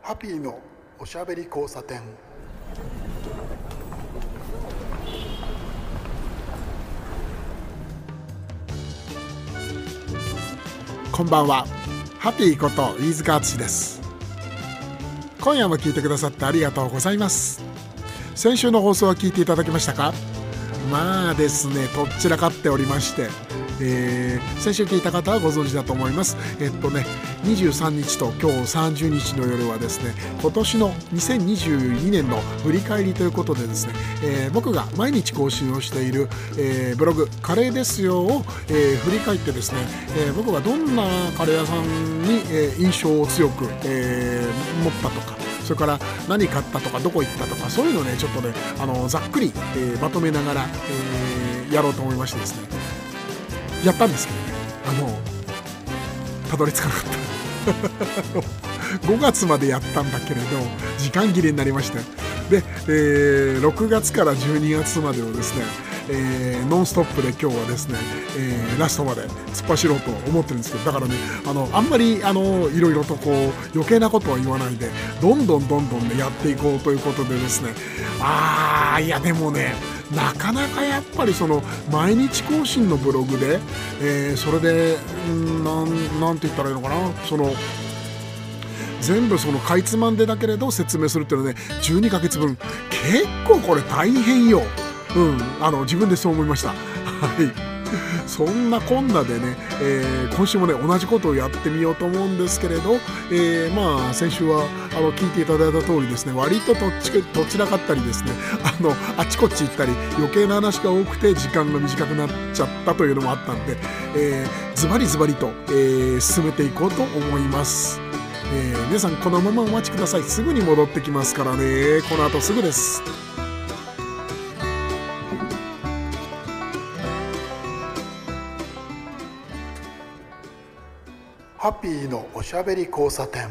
ハッピーのおしゃべり交差点。こんばんは。ハッピーこと飯塚敦です。今夜も聞いてくださってありがとうございます。先週の放送は聞いていただきましたか？まあですね、とっちらかっておりまして、先週聞いた方はご存知だと思います。23日と今日30日の夜はですね、今年の2022年の振り返りということでですね、僕が毎日更新をしている、ブログカレーですよを、振り返ってですね、僕がどんなカレー屋さんに、印象を強く、持ったとか、それから何買ったとかどこ行ったとか、そういうのをねちょっとねざっくり、まとめながら、やろうと思いましてですね、やったんですけどね、たどり着かなかった5月までやったんだけれど時間切れになりました。で、6月から12月までをですね、ノンストップで今日はですね、ラストまで突っ走ろうと思ってるんですけど、だからねあんまりいろいろとこう余計なことは言わないでどんどんねやっていこうということでですね、いやでもねなかなかやっぱりその毎日更新のブログで、それでなんて言ったらいいのかな、その全部そのかいつまんでだけれど説明するっていうのはね12ヶ月分、結構これ大変よ。自分でそう思いました。はい。そんなこんなでね、今週もね同じことをやってみようと思うんですけれど、先週は聞いていただいた通りですね、割とどちらかったりですね、あちこち行ったり余計な話が多くて時間が短くなっちゃったというのもあったんで、ズバリと、進めていこうと思います。皆さんこのままお待ちください。すぐに戻ってきますからね。この後すぐです。ハッピーのおしゃべり交差点。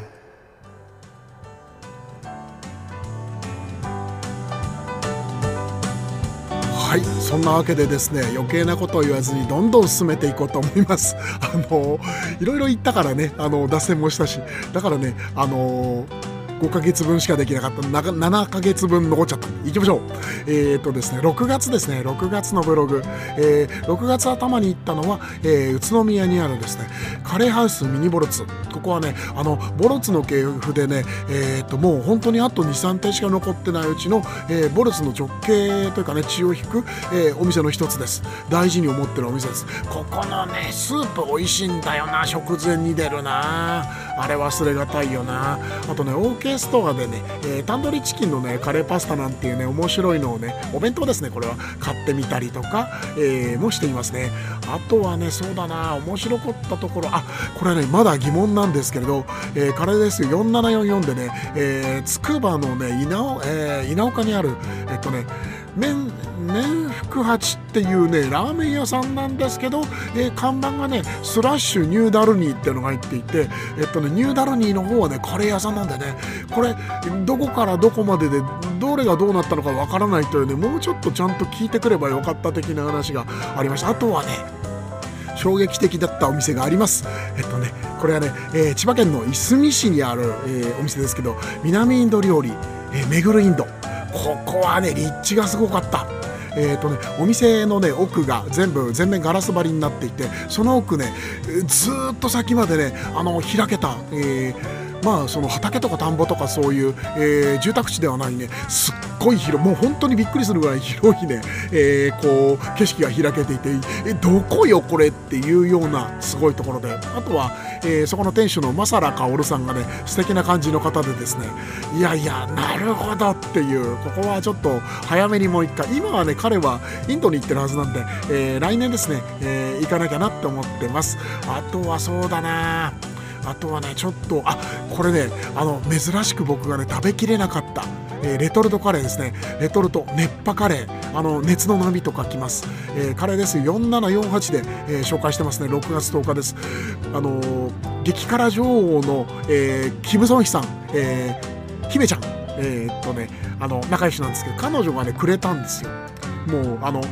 はい、そんなわけでですね、余計なことを言わずにどんどん進めていこうと思います。いろいろ言ったからね、脱線もしたし、だからね、5ヶ月分しかできなかった7ヶ月分残っちゃった。行きましょう。ですね、6月ですね、6月のブログ、6月頭に行ったのは、宇都宮にあるですねカレーハウスミニボルツ。ここはねボルツの系譜でね、もう本当にあと 2,3 店しか残ってないうちの、ボルツの直系というかね血を引く、お店の一つです。大事に思ってるお店です。ここのねスープ美味しいんだよな。食前に出るな、あれ忘れがたいよな。あとねOKストアでね、タンドリーチキンのねカレーパスタなんていうね面白いのをね、お弁当ですね、これは買ってみたりとか、もしていますね。あとはね、そうだな、面白かったところ、これはねまだ疑問なんですけれど、カレーですよ4744でね、つくばのね稲岡にある麺福八っていうねラーメン屋さんなんですけど、看板がねスラッシュニューダルニーっていうのが入っていて、ニューダルニーの方はねカレー屋さんなんでね、これどこからどこまででどれがどうなったのかわからないというね、もうちょっとちゃんと聞いてくればよかった的な話がありました。あとはね衝撃的だったお店があります。これはね、千葉県のいすみ市にある、お店ですけど、南インド料理、めぐるインド。ここはね立地がすごかった。お店のね奥が全面ガラス張りになっていて、その奥ねずーっと先までね開けた、その畑とか田んぼとかそういう、住宅地ではないね、すっごい広い、もう本当にびっくりするぐらい広いね、こう景色が開けていて、どこよこれっていうようなすごいところで、あとは、そこの店主のマサラカオルさんがね素敵な感じの方でですね、いやなるほどっていう、ここはちょっと早めにもう一回、今はね彼はインドに行ってるはずなんで、来年ですね、行かなきゃなって思ってます。あとはそうだな、あとはねちょっとこれね珍しく僕がね食べきれなかった、レトルトカレーですね。レトルト熱波カレー、熱の波と書きます、カレーです4748で、紹介してますね。6月10日です。激辛女王の、キム・ソンヒさん、姫ちゃん、仲良しなんですけど、彼女がねくれたんですよ。もう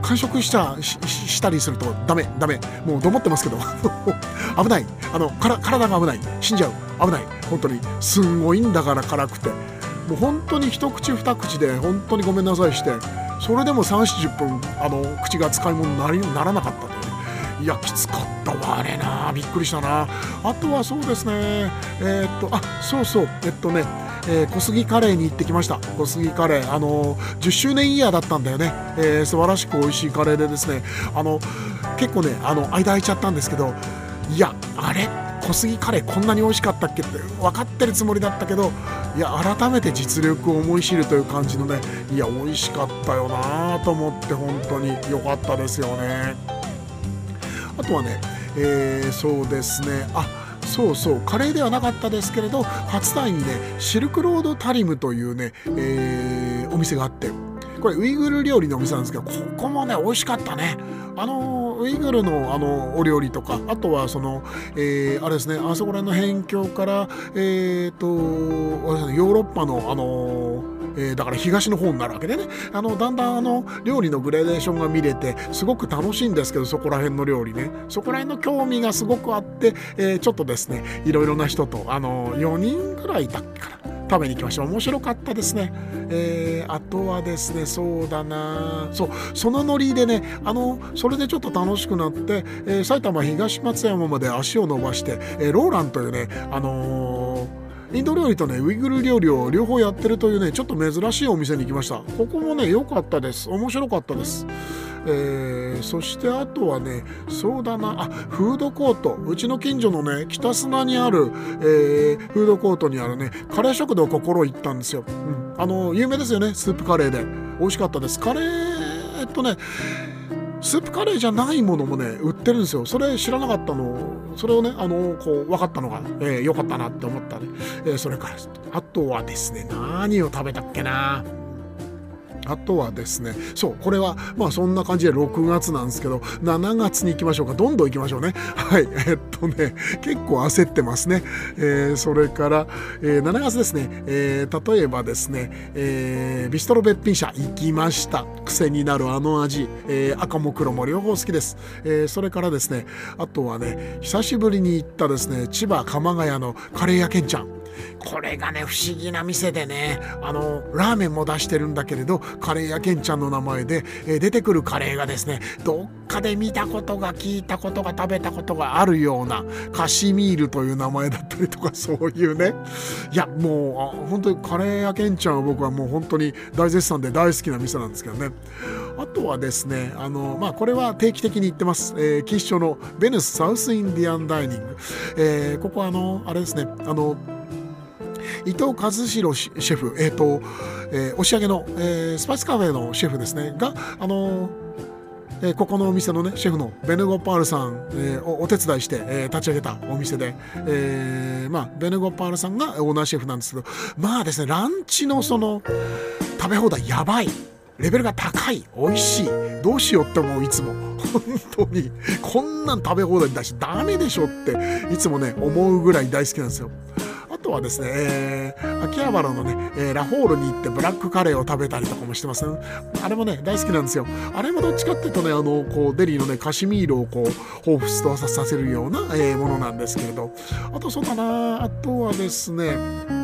完食したりするとダメ、もうどもってますけど危ない、体が危ない、死んじゃう、危ない、本当にすんごいんだから辛くて、もう本当に一口二口で本当にごめんなさいして、それでも3、40分口が使い物にならなかったというね。いや、きつかったわあれな、びっくりしたな。あとはそうですね、そうそう、小杉カレーに行ってきました。小杉カレー、10周年イヤーだったんだよね。素晴らしく美味しいカレーでですね、結構ね、間空いちゃったんですけど、いや、あれ小杉カレーこんなに美味しかったっけって分かってるつもりだったけど、いや、改めて実力を思い知るという感じのね、いや、美味しかったよなと思って、本当に良かったですよね。あとはね、そうですね、そうそう、カレーではなかったですけれど、初台にね、シルクロードタリムというね、お店があって、これウイグル料理のお店なんですけど、ここもね美味しかったね。ウイグルのお料理とか、あとはあれですね、あそこらの辺境からあれですね、ヨーロッパのだから東の方になるわけでね、だんだん料理のグラデーションが見れてすごく楽しいんですけど、そこら辺の料理ね、そこら辺の興味がすごくあって、ちょっとですね、いろいろな人と4人ぐらいいたっけかな、食べに行きました。面白かったですね。あとはですね、そうだな、そのノリでね、それでちょっと楽しくなって、埼玉東松山まで足を伸ばして、ローランというね、インド料理とねウイグル料理を両方やってるというね、ちょっと珍しいお店に行きました。ここもね良かったです。面白かったです。そしてあとはね、そうだな、フードコート、うちの近所のね北砂にある、フードコートにあるねカレー食堂心行ったんですよ。有名ですよね、スープカレーで。美味しかったです。カレースープカレーじゃないものもね売ってるんですよ。それ知らなかったの、それをねこう分かったのが良かったなって思ったね。それからあとはですね、何を食べたっけな。あとはですね、これはまあそんな感じで6月なんですけど、7月に行きましょうか。どんどん行きましょうね。はい、結構焦ってますね。それから、7月ですね、例えばですね、ビストロべっぴん社行きました。癖になる味、赤も黒も両方好きです。それからですね、あとはね、久しぶりに行ったですね、千葉鎌ヶ谷のカレー屋けんちゃん。これがね不思議な店でね、ラーメンも出してるんだけれど、カレー屋けんちゃんの名前で、出てくるカレーがですね、どっかで見たことが聞いたことが食べたことがあるようなカシミールという名前だったりとか、そういうね、いやもう本当にカレー屋けんちゃんは僕はもう本当に大絶賛で大好きな店なんですけどね。あとはですね、これは定期的に行ってます。錦糸町のベヌスサウスインディアンダイニング。ここはあれですね、伊藤和弘シェフ、押上の、スパイスカフェのシェフですねが、ここのお店のねシェフのベネゴパールさん、をお手伝いして、立ち上げたお店で、ベネゴパールさんがオーナーシェフなんですけど、まあですね、ランチのその食べ放題やばい、レベルが高い、美味しい、どうしようって思う。いつも本当にこんなん食べ放題だしダメでしょっていつもね思うぐらい大好きなんですよ。あとはですね、秋葉原のね、ラホールに行ってブラックカレーを食べたりとかもしてますね。あれもね大好きなんですよ。あれもどっちかっていうとね、こうデリーのねカシミールをこう彷彿とさせるような、ものなんですけれど、あとそうだな、あとはですね、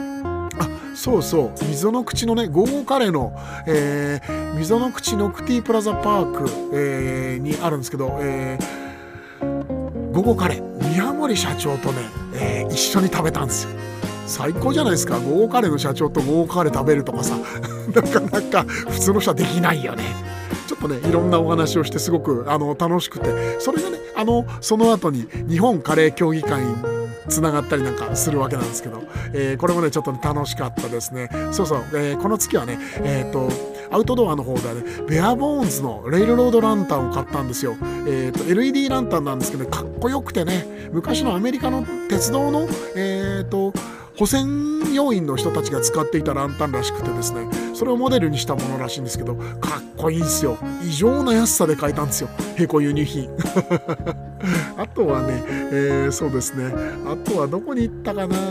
溝の口のねゴーゴーカレーの、溝の口ノクティプラザパーク、にあるんですけど、ゴーゴーカレー宮森社長とね、一緒に食べたんですよ。最高じゃないですか。ゴーゴーカレーの社長とゴーゴーカレー食べるとかさなかなか普通の人はできないよね。ちょっとねいろんなお話をしてすごく楽しくて、それがねその後に日本カレー協議会につながったりなんかするわけなんですけど、これもねちょっと、ね、楽しかったですね。この月はねアウトドアの方でねベアボーンズのレイルロードランタンを買ったんですよ。LED ランタンなんですけど、ね、かっこよくてね、昔のアメリカの鉄道の保線要員の人たちが使っていたランタンらしくてですね、それをモデルにしたものらしいんですけど、かっこいいんですよ。異常な安さで買えたんですよ、並行輸入品あとはね、そうですね。あとはどこに行ったかな。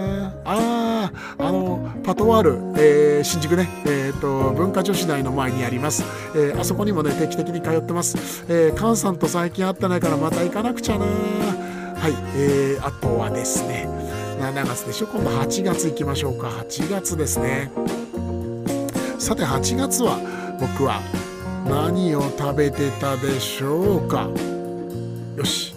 パトワール、新宿ね、文化女子大の前にあります。あそこにもね、定期的に通ってます。菅さんと最近会ってないからまた行かなくちゃな。はい、あとはですね、7月でしょ、今度8月行きましょうか。8月ですね。さて8月は僕は何を食べてたでしょうか。よし、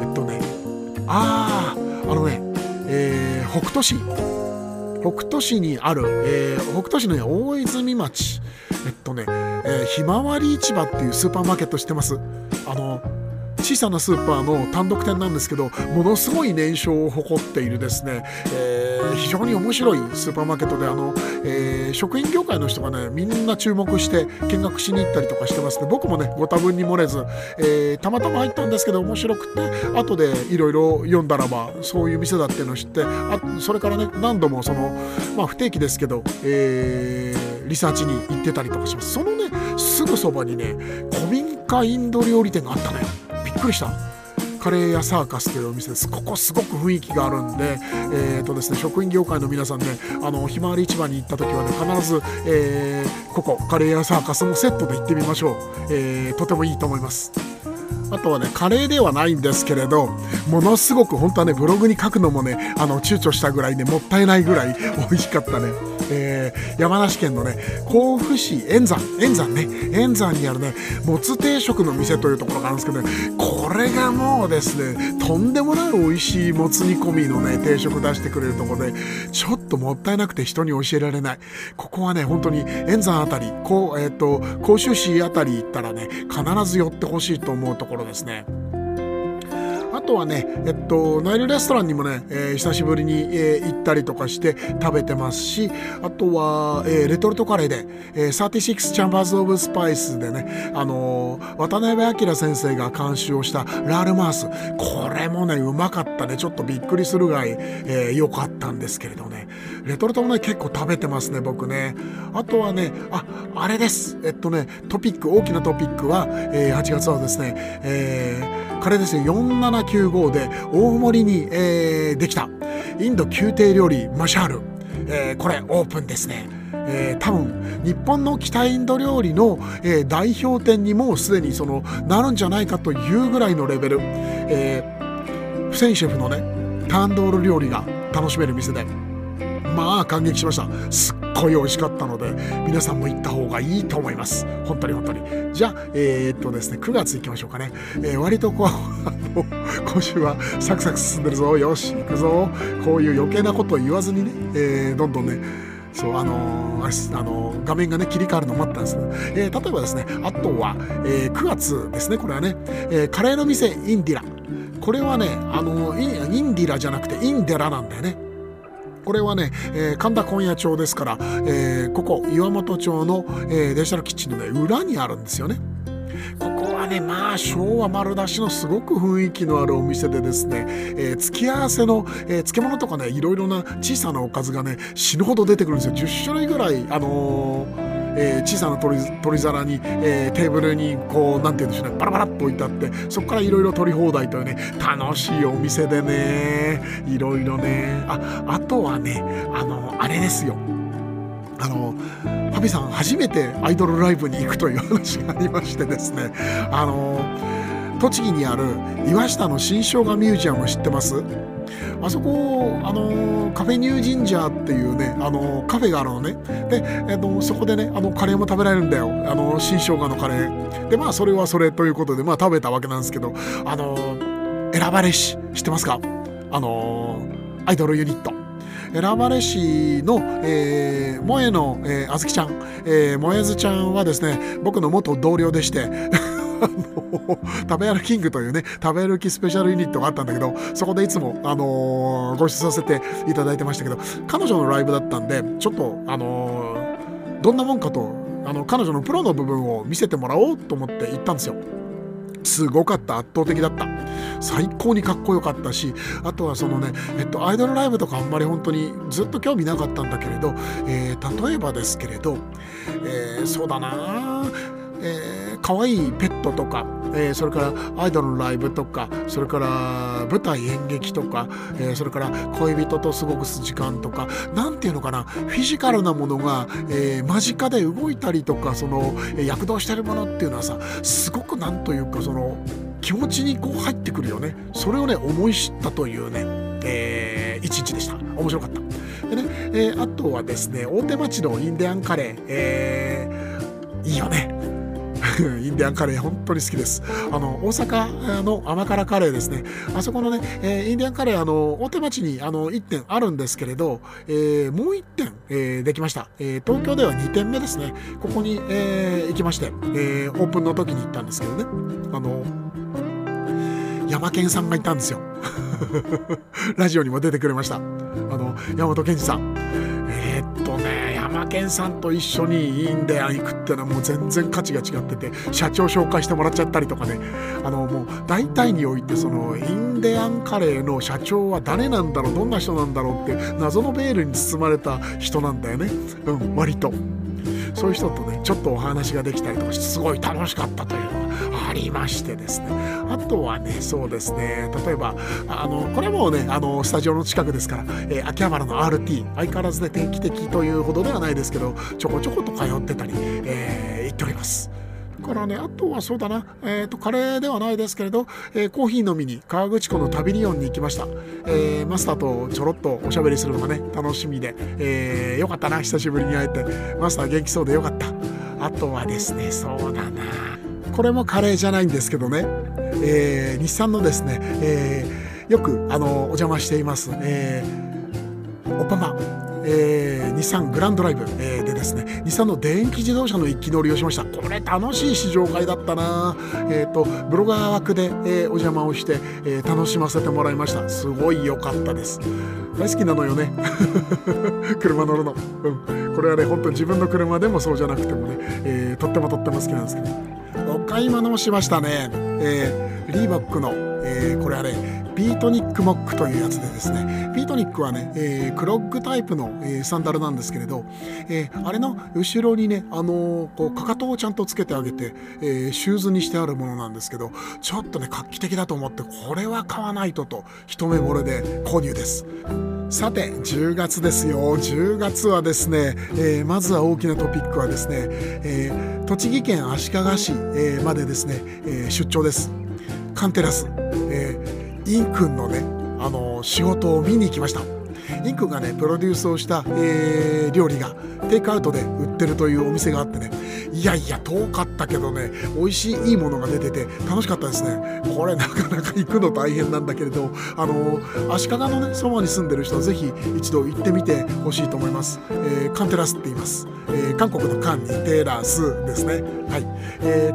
北斗市にある、北斗市の、ね、大泉町、ひまわり市場っていうスーパーマーケット知ってます？小さなスーパーの単独店なんですけど、ものすごい年商を誇っているですね、非常に面白いスーパーマーケットで、食品業界の人がねみんな注目して見学しに行ったりとかしてますね。僕もねご多分に漏れず、たまたま入ったんですけど面白くて、後でいろいろ読んだらばそういう店だっていうのを知って、それからね何度も不定期ですけど、リサーチに行ってたりとかします。そのねすぐそばにね古民家インド料理店があったのよ。びっくりした。カレー屋サーカスというお店です。ここすごく雰囲気があるんで、ですね、食品業界の皆さんね、ひまわり市場に行った時はね必ず、ここカレー屋サーカスもセットで行ってみましょう。とてもいいと思います。あとはねカレーではないんですけれど、ものすごく本当はねブログに書くのもね躊躇したぐらいねもったいないぐらい美味しかったね。山梨県のね甲府市円山にあるねもつ定食の店というところがあるんですけどね、これがもうですねとんでもない美味しいもつ煮込みのね定食出してくれるところで、ちょっともったいなくて人に教えられない。ここはね本当に円山あたり甲州市あたり行ったらね必ず寄ってほしいと思うところですね。あとはね、ナイルレストランにもね、久しぶりに、行ったりとかして食べてますし、あとは、レトルトカレーで、36 Chambers of Spice でね、渡辺明先生が監修をしたラールマース、これもねうまかったね。ちょっとびっくりするぐらい良かったんですけれどね、レトルトもね結構食べてますね僕ね。あとはねあれです、大きなトピックは、8月はですね、カレーですね4795で大盛りに、できたインド宮廷料理マシャール、これオープンですね。多分日本の北インド料理の、代表店にもうすでになるんじゃないかというぐらいのレベル、フセインシェフのねタンドール料理が楽しめる店で、まあ感激しました。すっごい美味しかったので皆さんも行った方がいいと思います。本当に。じゃあですね9月行きましょうかね。割と今週はサクサク進んでるぞ、よし行くぞ、こういう余計なことを言わずにね、どんどんね画面がね切り替わるのを待ったんですね。例えばですね、あとは、9月ですね。これはね、カレーの店インディラ、これはねインディラじゃなくてインデラなんだよね。これはね、神田今夜町ですから、ここ岩本町の、デジタルキッチンの、ね、裏にあるんですよね。ここはね昭和丸出しのすごく雰囲気のあるお店でですね、付き合わせの、漬物とかねいろいろな小さなおかずがね死ぬほど出てくるんですよ。10種類ぐらい小さな取り皿に、テーブルにこうなんて言うんでしょうね、バラバラっと置いてあって、そこからいろいろ取り放題というね楽しいお店でね、いろいろね、あとはねあれですよ、パピさん初めてアイドルライブに行くという話がありましてですね、栃木にある岩下の新生姜ミュージアム知ってます？あそこカフェニュージンジャーっていうねカフェがあるのね。で、そこでねカレーも食べられるんだよ、新生姜のカレーで、それはそれということで食べたわけなんですけど、選ばれし知ってますか？アイドルユニット選ばれしの、萌えの、あずきちゃん、萌えずちゃんはですね僕の元同僚でして食べ歩きキングというね食べ歩きスペシャルユニットがあったんだけど、そこでいつも、ご一緒させていただいてましたけど、彼女のライブだったんでちょっとどんなもんかと彼女のプロの部分を見せてもらおうと思って行ったんですよ。すごかった。圧倒的だった。最高にかっこよかったし、あとはアイドルライブとかあんまり本当にずっと興味なかったんだけれど、例えばですけれど、そうだな、 可愛いペットとか、それからアイドルのライブとか、それから舞台演劇とか、それから恋人と過ごす時間とか、なんていうのかな、フィジカルなものが、間近で動いたりとか、その躍動してるものっていうのはさ、すごくなんというか、その気持ちにこう入ってくるよね。それをね思い知ったというね、一日でした。面白かった。でね、あとはですね、大手町のインディアンカレー、いいよね。インディアンカレー本当に好きです。大阪の甘辛カレーですね。あそこのね、インディアンカレー大手町に1店あるんですけれど、もう1店、できました。東京では2店目ですね。ここに、行きまして、オープンの時に行ったんですけどね。ヤマケンさんがいたんですよ。ラジオにも出てくれました。山本健二さん。ヤマケンさんと一緒にインディアン行くっていうのはもう全然価値が違ってて、社長紹介してもらっちゃったりとかね、もう大体においてそのインディアンカレーの社長は誰なんだろう、どんな人なんだろうって謎のベールに包まれた人なんだよね。割とそういう人とねちょっとお話ができたりとかしてすごい楽しかったというのがありましてですね。あとはね、そうですね、例えばこれもねスタジオの近くですから、秋葉原の RT 相変わらずね定期的というほどではないですけどちょこちょこと通ってたり、行っております。からね、あとはそうだな、カレーではないですけれど、コーヒー飲みに河口湖のタビリオンに行きました。マスターとちょろっとおしゃべりするのがね楽しみで、よかったな、久しぶりに会えて。マスター元気そうでよかった。あとはですね、そうだな、これもカレーじゃないんですけどね、日産のですね、よくお邪魔しています、オパマ、日産グランドライブ、でですね、日産の電気自動車の一気乗りをしました。これ楽しい試乗会だったな。ブロガー枠で、お邪魔をして、楽しませてもらいました。すごい良かったです。大好きなのよね。車乗るの、これはね本当に自分の車でもそうじゃなくてもね、とっても好きなんですけど、お買い物もしましたね。リーバックの、これはねビートニックモックというやつでですね、ビートニックはね、クロッグタイプの、サンダルなんですけれど、あれの後ろにね、こうかかとをちゃんとつけてあげて、シューズにしてあるものなんですけど、ちょっとね画期的だと思ってこれは買わないとと一目惚れで購入です。さて10月ですよ。10月はですね、まずは大きなトピックはですね、栃木県足利市、までですね、出張です。カンテラス、インくんのね仕事を見に行きました。インくんがねプロデュースをした、料理がテイクアウトで売ってるというお店があってね、いやいや遠かったけどね美味しいいいものが出てて楽しかったですね。これなかなか行くの大変なんだけれど、足利のねそばに住んでる人はぜひ一度行ってみてほしいと思います。カンテラスって言います。韓国のカンにテラスですね。はい。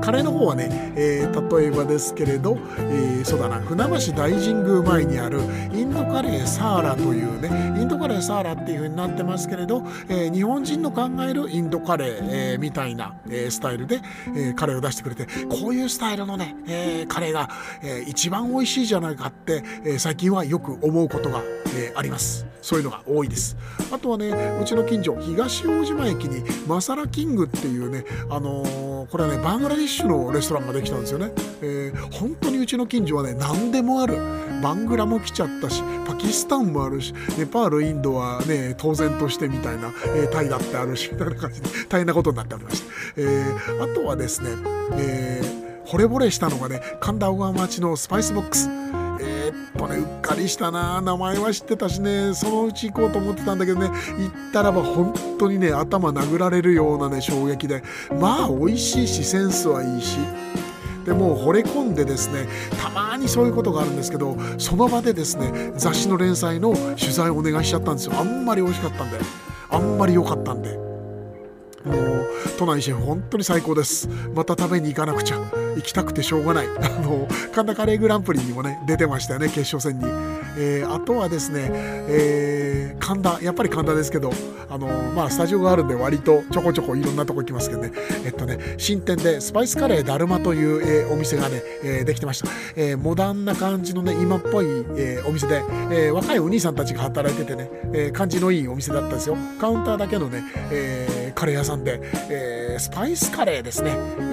カレーの方はね、例えばですけれど、そうだな、船橋大神宮前にあるインドカレーサーラというね、インドカレーサーラっていう風になってますけれど、日本人の考えるインドカレー、みたいな、スタイルで、カレーを出してくれて、こういうスタイルのね、カレーが、一番美味しいじゃないかって、最近はよく思うことが、あります。そういうのが多いです。あとはね、うちの近所東大島駅にマサラキングっていうね、これはねバングラディッシュのレストランができたんですよね。本当にうちの近所はね何でもある。バングラも来ちゃったし、パキスタンもあるし、ネパール、インドはね当然としてみたいな、タイだってあるしみたいな感じで大変なことになっておりまして、あとはですね、惚れ惚れしたのがね神田小川町のスパイスボックス。うっかりしたな。名前は知ってたしね、そのうち行こうと思ってたんだけどね、行ったらば本当にね頭殴られるようなね衝撃で、まあ美味しいしセンスはいいし、でもう惚れ込んでですね、たまにそういうことがあるんですけど、その場でですね雑誌の連載の取材をお願いしちゃったんですよ。あんまり美味しかったんで、あんまり良かったんで、もう都内シェフ本当に最高です。また食べに行かなくちゃ、行きたくてしょうがない。神田カレーグランプリにもね出てましたよね、決勝戦に。あとはですね、神田、やっぱり神田ですけど、スタジオがあるんで割とちょこちょこいろんなとこ行きますけどね、新店でスパイスカレーだるまという、お店がね、できてました。モダンな感じのね今っぽい、お店で、若いお兄さんたちが働いててね、感じのいいお店だったんですよ。カウンターだけのね、カレー屋さんで、スパイスカレーですね。インドカ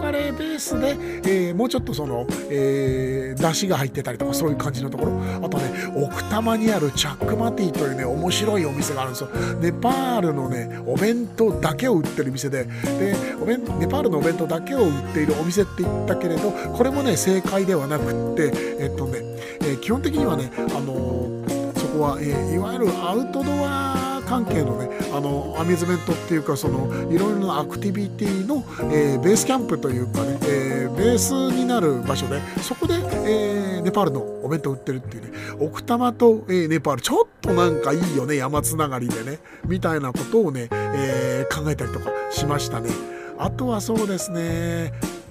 カレーベースで、もうちょっとその、出汁が入ってたりとかそういう感じのところ、あとね奥多摩にあるチャックマティというね面白いお店があるんですよ。ネパールのねお弁当だけを売ってる店で、ネパールのお弁当だけを売っているお店って言ったけれど、これもね正解ではなくって、基本的にはね、そこは、いわゆるアウトドア関係のねアミューズメントっていうか、そのいろいろなアクティビティの、ベースキャンプというかね、ベースになる場所で、そこで、ネパールのお弁当売ってるっていうね、奥多摩と、ネパールちょっとなんかいいよね、山つながりでねみたいなことをね、考えたりとかしましたね。あとはそうですね、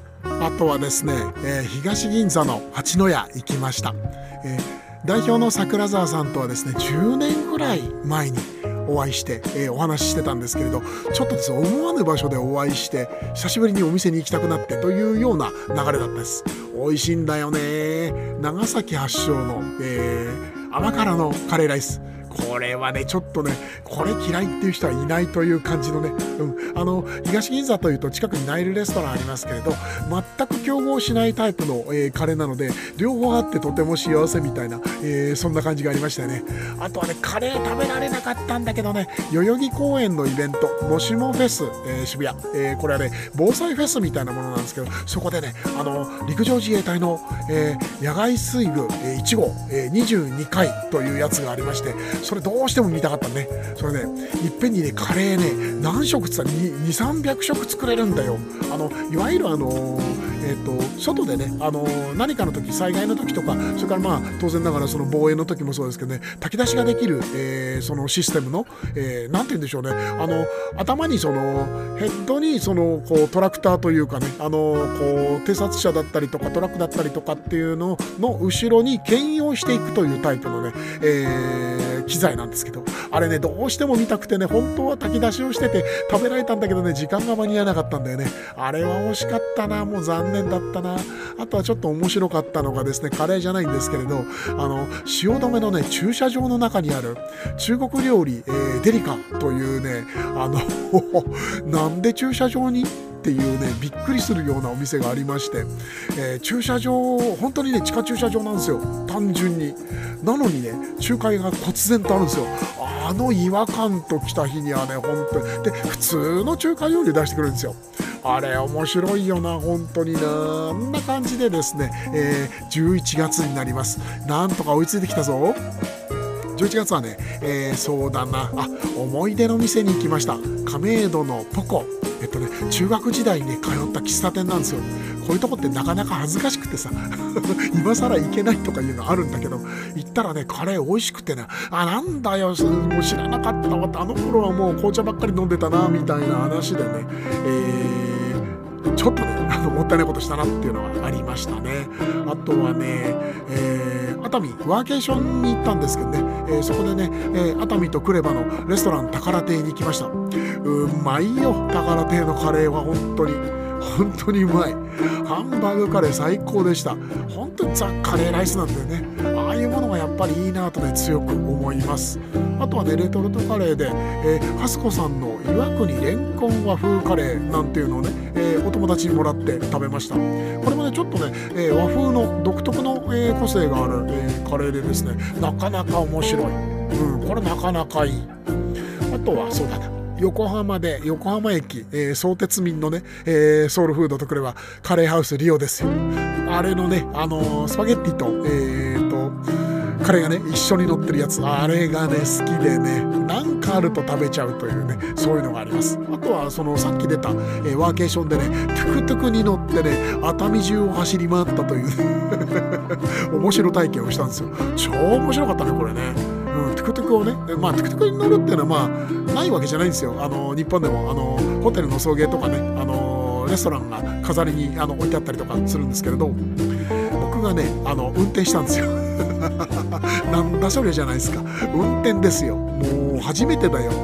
東銀座の八の屋行きました。代表の桜沢さんとはですね10年ぐらい前にお会いして、お話ししてたんですけれど、ちょっとですね思わぬ場所でお会いして久しぶりにお店に行きたくなってというような流れだったです。美味しいんだよね。長崎発祥の、甘辛のカレーライス、これはねちょっとねこれ嫌いっていう人はいないという感じのね、東銀座というと近くにナイルレストランありますけれど、全く競合しないタイプの、カレーなので両方あってとても幸せみたいな、そんな感じがありましたよね。あとはねカレー食べられなかったんだけどね、代々木公園のイベントもしもフェス、渋谷、これはね防災フェスみたいなものなんですけど、そこでね陸上自衛隊の、野外水具、1号、22回というやつがありまして、それどうしても見たかったね。それねいっぺんにねカレーね何食って言ったら200、300食作れるんだよ。いわゆる外でね何かの時、災害の時とか、それからまあ当然ながらその防衛の時もそうですけどね、炊き出しができる、そのシステムの、なんて言うんでしょうね、頭にそのヘッドにそのこうトラクターというかね、こう偵察車だったりとかトラックだったりとかっていうのの後ろに牽引していくというタイプのね、機材なんですけど、あれねどうしても見たくてね、本当は炊き出しをしてて食べられたんだけどね、時間が間に合わなかったんだよね。あれは惜しかったな、もう残念だったな。あとはちょっと面白かったのがですね、カレーじゃないんですけれど、汐留のね駐車場の中にある中国料理、デリカというねなんで駐車場にっていうねびっくりするようなお店がありまして、駐車場本当にね地下駐車場なんですよ、単純に。なのにね仲介が忽然とあるんですよ。違和感と来た日にはね本当にで普通の中華料理出してくれるんですよ。あれ面白いよな本当にな。あんな感じでですね、11月になります。なんとか追いついてきたぞ。11月はね、そうだな、思い出の店に行きました。亀戸のポコ。中学時代にね通った喫茶店なんですよ。こういうとこってなかなか恥ずかしくてさ今更行けないとかいうのあるんだけど、行ったらねカレー美味しくてね、なんだよもう知らなかったわって、あの頃はもう紅茶ばっかり飲んでたなみたいな話でね、ちょっとねもったいないことしたなっていうのはありましたね。あとはね、熱海ワーケーションに行ったんですけどね、そこでね、熱海とクレバのレストラン宝亭に行きました。うまいよ宝亭のカレーは本当にうまい。ハンバーグカレー最高でした。本当にザ・カレーライスなんだよね。ああいうものがやっぱりいいなとね強く思います。あとはねレトルトカレーで、ハスコさんの岩国レンコン和風カレーなんていうのをね、お友達にもらって食べました。これもねちょっとね、和風の独特の、個性がある、カレーでですね、なかなか面白い、これなかなかいい。あとはそうだな、横浜駅、相鉄民のね、ソウルフードとくればカレーハウスリオですよ。あれのね、スパゲッティと、カレーがね一緒に乗ってるやつ、あれがね好きでね、なんかあると食べちゃうというね、そういうのがあります。あとはそのさっき出た、ワーケーションでねトゥクトゥクに乗ってね熱海中を走り回ったというね面白体験をしたんですよ。超面白かったねこれね。トゥクトゥクをね、トゥクトゥクに乗るっていうのはないわけじゃないんですよ。日本でもホテルの送迎とかね、レストランが飾りに置いてあったりとかするんですけれど、僕がね運転したんですよなんだそれじゃないですか、運転ですよ。もう初めてだよ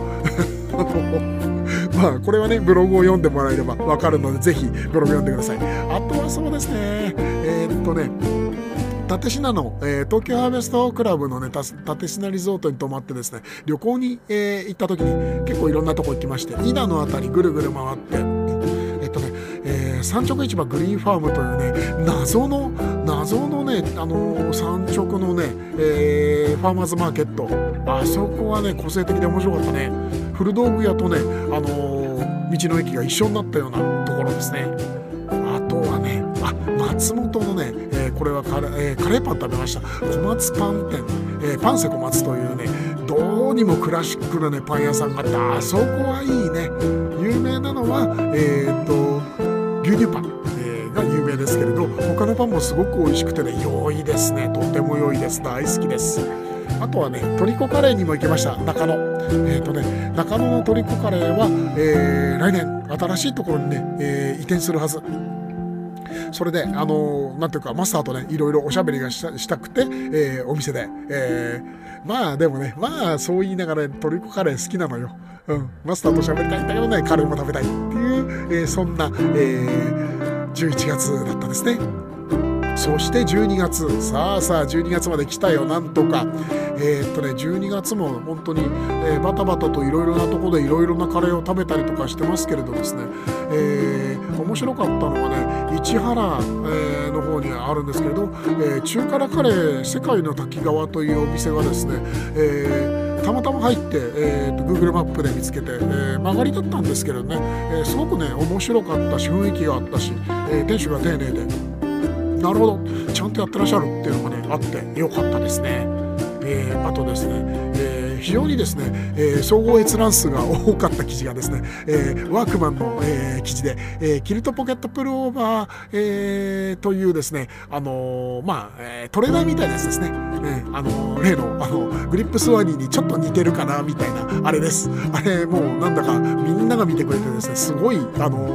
これはねブログを読んでもらえればわかるので、ぜひブログ読んでください。あとはそうですね、蓼科の、東京ハーベストクラブのね蓼科リゾートに泊まってですね、旅行に、行った時に結構いろんなとこ行きまして、伊田のあたりぐるぐる回って、 産直市場グリーンファームというね、謎のね、産直のね、ファーマーズマーケット、あそこはね個性的で面白かったね。古道具屋とね、道の駅が一緒になったようなところですね。あとはね、松本のね、これはカレーパン食べました。小松パン店、パンセ小松というね、どうにもクラシックなねパン屋さんがあって、あそこはいいね。有名なのは牛乳パン、が有名ですけれど、他のパンもすごく美味しくてね、良いですね。とても良いです。大好きです。あとはね、トリコカレーにも行きました。中野。中野のトリコカレーは、来年新しいところにね、移転するはず。それでなんていうか、マスターとねいろいろおしゃべりがしたくて、お店で、まあでもね、まあそう言いながら、トリコカレー好きなのよ。マスターとしゃべりたいんだけどね、カレーも食べたいっていう、そんな、11月だったですね。そして12月、さあ12月まで来たよ、なんとか。12月も本当に、バタバタといろいろなところでいろいろなカレーを食べたりとかしてますけれどですね、面白かったのはね、市原、の方にあるんですけれど、中辛カレー世界の滝川というお店がですね、たまたま入って、Google マップで見つけて、曲がりだったんですけどね、すごくね面白かったし、雰囲気があったし、店主が丁寧で、なるほど、ちゃんとやってらっしゃるっていうのがねあってよかったですね。あとですね、非常にですね、総合閲覧数が多かった記事がですね、ワークマンの、記事で、キルトポケットプルオーバー、というですね、トレーナーみたいなやつですね、例のグリップスワニーにちょっと似てるかなみたいなあれです。あれもうなんだかみんなが見てくれてですね、すごい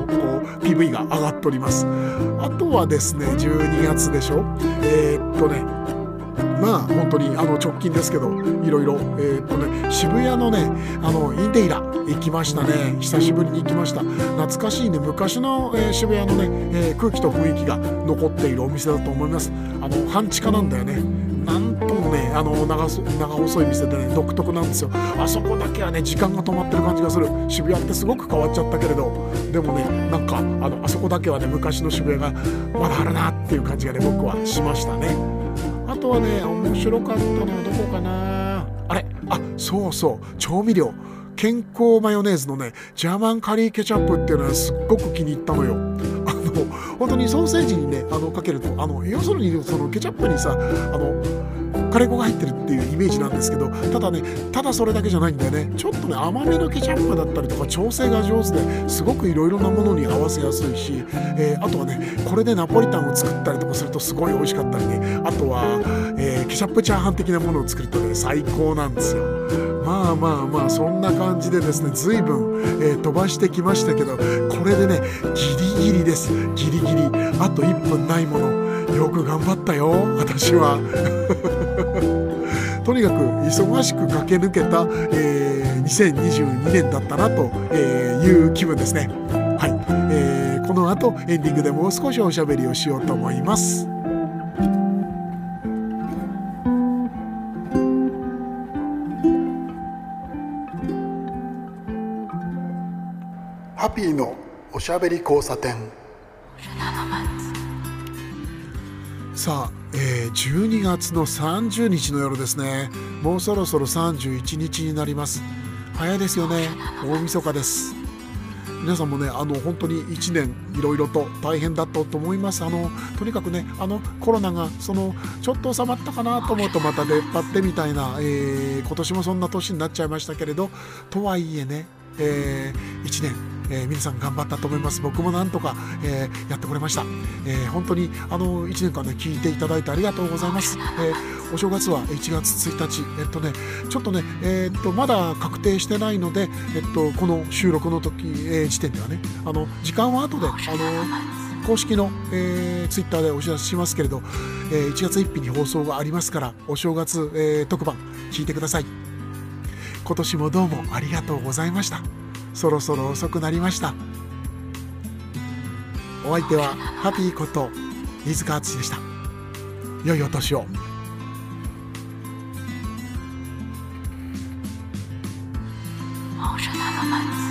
PV が上がっております。あとはですね、12月でしょ、本当に直近ですけど、いろいろ、渋谷のねインテイラ行きましたね。久しぶりに行きました。懐かしいね、昔の、渋谷のね、空気と雰囲気が残っているお店だと思います。半地下なんだよね。なんともね長細い店でね、独特なんですよ。あそこだけはね時間が止まってる感じがする。渋谷ってすごく変わっちゃったけれど、でもねなんかあそこだけはね昔の渋谷がまだあるなっていう感じがね僕はしましたね。あとはね面白かったのはどこかな。そう調味料、健康マヨネーズのねジャーマンカリーケチャップっていうのはすっごく気に入ったのよ。本当にソーセージにねかけると、要するにそのケチャップにさカレー粉が入ってるっていうイメージなんですけど、ただそれだけじゃないんだよね。ちょっとね甘めのケチャップだったりとか調整が上手ですごくいろいろなものに合わせやすいし、あとはねこれでナポリタンを作ったりとかするとすごい美味しかったりね。あとは、ケチャップチャーハン的なものを作るとね最高なんですよ。そんな感じでですね、随分、飛ばしてきましたけど、これでねギリギリです。ギリギリあと1分ないもの、よく頑張ったよ私はとにかく忙しく駆け抜けた、2022年だったなという気分ですね。はい、この後エンディングでもう少しおしゃべりをしようと思います。ハッピーのおしゃべり交差点。さあ、12月の30日の夜ですね。もうそろそろ31日になります。早いですよね。大晦日です。皆さんもね本当に1年いろいろと大変だったと思います。とにかくねコロナがちょっと収まったかなと思うとまた出っ張ってみたいな、今年もそんな年になっちゃいましたけれど、とはいえね、1年皆さん頑張ったと思います。僕もなんとか、やってこれました。本当に1年間ね聞いていただいてありがとうございます。お正月は1月1日ちょっとねまだ確定してないのでこの収録の時、時点ではね時間は後で公式の、ツイッターでお知らせしますけれど、1月1日に放送がありますから、お正月、特番聞いてください。今年もどうもありがとうございました。そろそろ遅くなりました。お相手はハピーこと飯塚敦でした。良いお年を。 我是他的门。